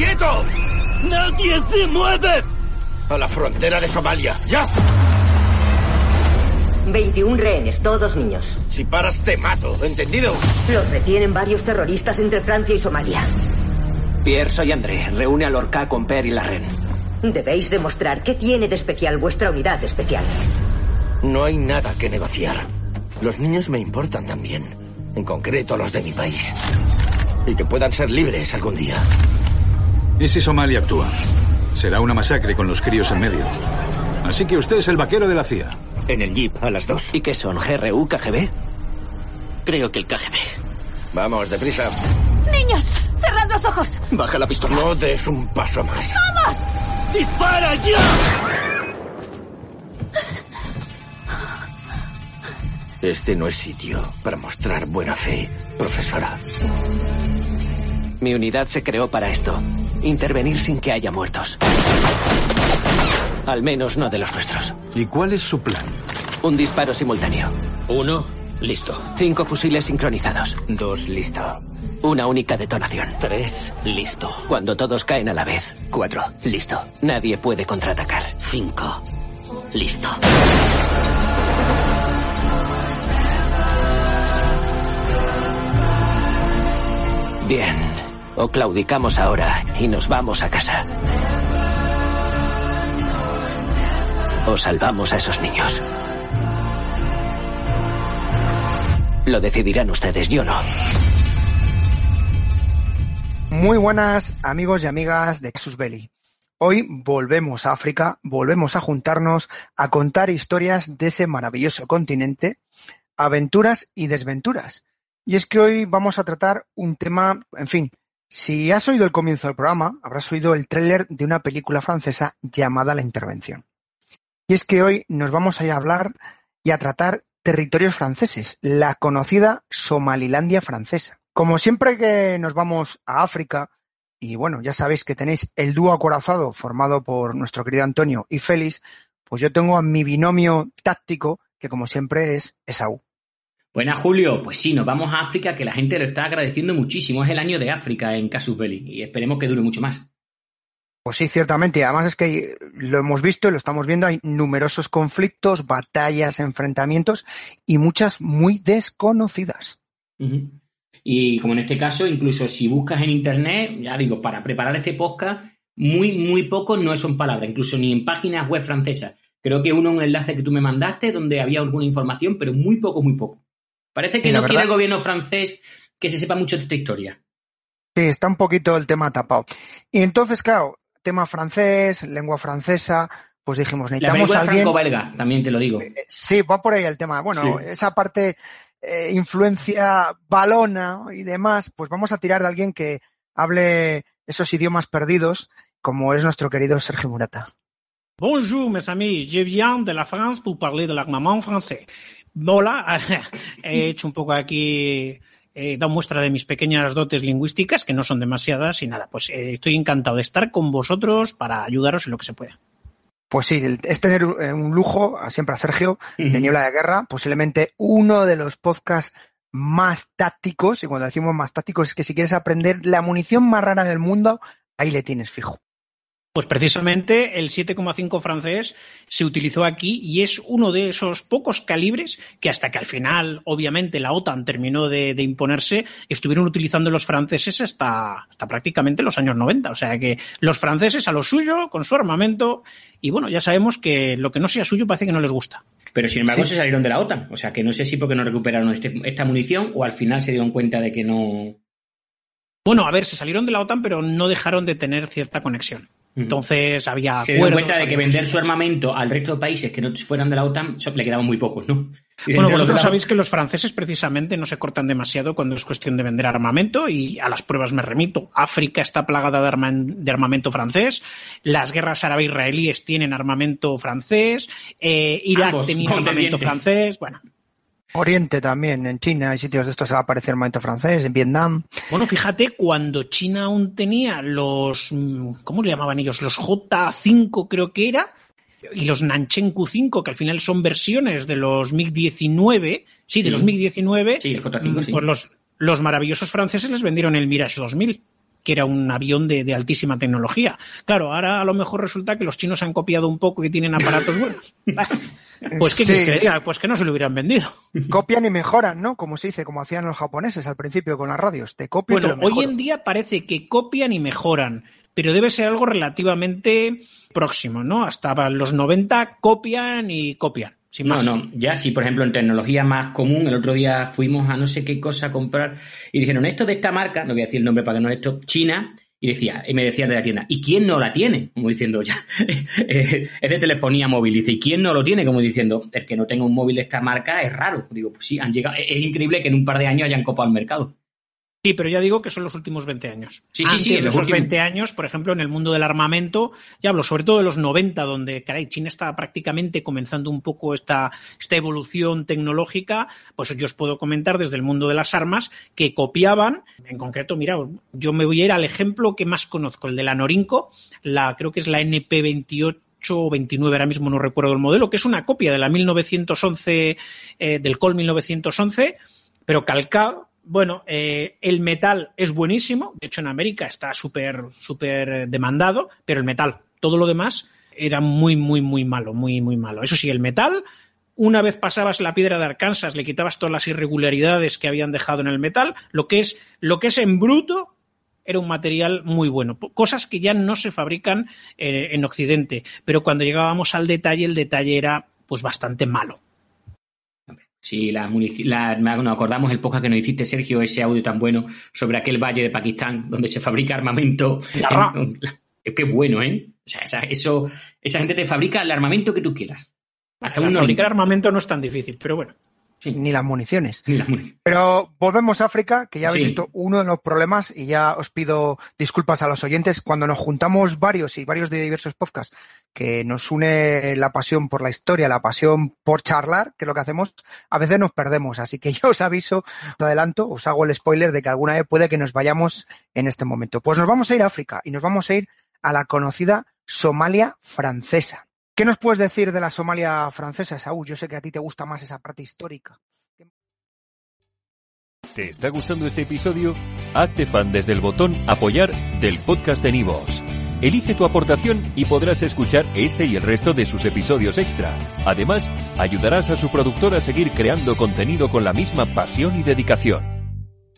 ¡Quieto! ¡Nadie se mueve! A la frontera de Somalia. ¡Ya! 21 rehenes, todos niños. Si paras, te mato. ¿Entendido? Los retienen varios terroristas entre Francia y Somalia. Pierre, soy André. Reúne a Lorca con Per y Larren. Debéis demostrar qué tiene de especial vuestra unidad especial. No hay nada que negociar. Los niños me importan también. En concreto, los de mi país. Y que puedan ser libres algún día. ¿Y si Somalia actúa? Será una masacre con los críos en medio. Así que usted es el vaquero de la CIA. En el jeep, a las 2. ¿Y qué son? ¿GRU, KGB? Creo que el KGB. Vamos, deprisa. ¡Niños! ¡Cerrad los ojos! Baja la pistola. No des un paso más. ¡Vamos! ¡Dispara ya! Este no es sitio para mostrar buena fe, profesora. Mi unidad se creó para esto. Intervenir sin que haya muertos. Al menos no de los nuestros. ¿Y cuál es su plan? Un disparo simultáneo. 1, listo. 5 fusiles sincronizados. 2, listo. Una única detonación. 3, listo. Cuando todos caen a la vez. 4, listo. Nadie puede contraatacar. 5, listo. Bien. O claudicamos ahora y nos vamos a casa. O salvamos a esos niños. Lo decidirán ustedes, yo no. Muy buenas amigos y amigas de Casus Belli. Hoy volvemos a África, volvemos a juntarnos a contar historias de ese maravilloso continente, aventuras y desventuras. Y es que hoy vamos a tratar un tema, en fin, si has oído el comienzo del programa, habrás oído el tráiler de una película francesa llamada La Intervención. Y es que hoy nos vamos a hablar y a tratar territorios franceses, la conocida Somalilandia francesa. Como siempre que nos vamos a África, y bueno, ya sabéis que tenéis el dúo acorazado formado por nuestro querido Antonio y Félix, pues yo tengo a mi binomio táctico, que como siempre es Esaú. Buenas, Julio. Pues sí, nos vamos a África, que la gente lo está agradeciendo muchísimo. Es el año de África en Casus Belli y esperemos que dure mucho más. Pues sí, ciertamente. Además es que lo hemos visto y lo estamos viendo. Hay numerosos conflictos, batallas, enfrentamientos y muchas muy desconocidas. Uh-huh. Y como en este caso, incluso si buscas en internet, ya digo, para preparar este podcast, muy poco no son palabras, incluso ni en páginas web francesas. Creo que un enlace que tú me mandaste donde había alguna información, pero muy poco. Parece que no quiere el gobierno francés que se sepa mucho de esta historia. Sí, está un poquito el tema tapado. Y entonces, claro, tema francés, lengua francesa, pues dijimos, necesitamos la alguien... franco-belga, también te lo digo. Sí, va por ahí el tema. Bueno, sí. Esa parte, influencia valona y demás, pues vamos a tirar de alguien que hable esos idiomas perdidos, como es nuestro querido Sergio Murata. Bonjour, mes amis. Je viens de la France pour parler de l'armement français. Hola, he hecho un poco aquí, he dado muestra de mis pequeñas dotes lingüísticas, que no son demasiadas, y nada, pues estoy encantado de estar con vosotros para ayudaros en lo que se pueda. Pues sí, es tener un lujo, siempre a Sergio, de Niebla de Guerra, posiblemente uno de los podcasts más tácticos, y cuando decimos más tácticos es que si quieres aprender la munición más rara del mundo, ahí le tienes fijo. Pues precisamente el 7,5 francés se utilizó aquí y es uno de esos pocos calibres que hasta que al final, obviamente, la OTAN terminó de imponerse, estuvieron utilizando los franceses hasta prácticamente los años 90. O sea que los franceses a lo suyo, con su armamento, y bueno, ya sabemos que lo que no sea suyo parece que no les gusta. Pero sin embargo se salieron de la OTAN. O sea que no sé si porque no recuperaron esta munición o al final se dieron cuenta de que no... Bueno, a ver, se salieron de la OTAN pero no dejaron de tener cierta conexión. Entonces había se dieron cuenta de que vender su armamento al resto de países que no fueran de la OTAN le quedaban muy pocos, ¿no? Bueno, vosotros sabéis que los franceses precisamente no se cortan demasiado cuando es cuestión de vender armamento y a las pruebas me remito. África está plagada de armamento francés, las guerras árabe-israelíes tienen armamento francés, Irak tenía armamento francés, bueno... Oriente también, en China hay sitios de estos se va a aparecer armamento francés, en Vietnam. Bueno, fíjate, cuando China aún tenía los, ¿cómo le llamaban ellos? Los J5 creo que era, y los Nancheng Q5, que al final son versiones de los MiG-19, de los MiG-19, sí, el J5, pues los maravillosos franceses les vendieron el Mirage 2000. que era un avión de altísima tecnología. Claro, ahora a lo mejor resulta que los chinos han copiado un poco y tienen aparatos buenos. Pues ¿qué quieres que diga? Pues que no se lo hubieran vendido. Copian y mejoran, ¿no? Como se dice, como hacían los japoneses al principio con las radios. Te copian y te lo mejoran. Hoy en día parece que copian y mejoran, pero debe ser algo relativamente próximo, ¿no? Hasta los 90 copian y copian. No, ya sí, por ejemplo, en tecnología más común, el otro día fuimos a no sé qué cosa a comprar y dijeron, esto de esta marca, no voy a decir el nombre para que no esto, China, y me decían de la tienda, ¿y quién no la tiene? Como diciendo, ya, es de telefonía móvil, dice, ¿y quién no lo tiene? Como diciendo, el que no tenga un móvil de esta marca es raro. Digo, pues sí, han llegado, es increíble que en un par de años hayan copado el mercado. Sí, pero ya digo que son los últimos 20 años. Sí, Antes de esos últimos 20 años, por ejemplo, en el mundo del armamento, ya hablo sobre todo de los 90, donde, caray, China estaba prácticamente comenzando un poco esta evolución tecnológica, pues yo os puedo comentar desde el mundo de las armas que copiaban, en concreto, mira, yo me voy a ir al ejemplo que más conozco, el de la Norinco, creo que es la NP28, o 29, ahora mismo no recuerdo el modelo, que es una copia de la 1911, del Colt 1911, pero calcado. Bueno, el metal es buenísimo, de hecho en América está súper demandado, pero el metal, todo lo demás era muy malo, muy malo. Eso sí, el metal, una vez pasabas la piedra de Arkansas, le quitabas todas las irregularidades que habían dejado en el metal, lo que es en bruto era un material muy bueno, cosas que ya no se fabrican en Occidente, pero cuando llegábamos al detalle, el detalle era pues bastante malo. Sí, nos acordamos el podcast que nos hiciste, Sergio, ese audio tan bueno sobre aquel valle de Pakistán donde se fabrica armamento. Qué bueno, ¿eh? O sea, esa gente te fabrica el armamento que tú quieras. Fabricar armamento no es tan difícil, pero bueno. Sí. Ni las municiones. Pero volvemos a África, que ya habéis visto uno de los problemas, y ya os pido disculpas a los oyentes, cuando nos juntamos varios de diversos podcasts, que nos une la pasión por la historia, la pasión por charlar, que es lo que hacemos, a veces nos perdemos. Así que yo os aviso, os adelanto, os hago el spoiler de que alguna vez puede que nos vayamos en este momento. Pues nos vamos a ir a África y nos vamos a ir a la conocida Somalia francesa. ¿Qué nos puedes decir de la Somalia francesa, Saúl? Yo sé que a ti te gusta más esa parte histórica. ¿Te está gustando este episodio? Hazte fan desde el botón Apoyar del podcast de Nivos. Elige tu aportación y podrás escuchar este y el resto de sus episodios extra. Además, ayudarás a su productor a seguir creando contenido con la misma pasión y dedicación.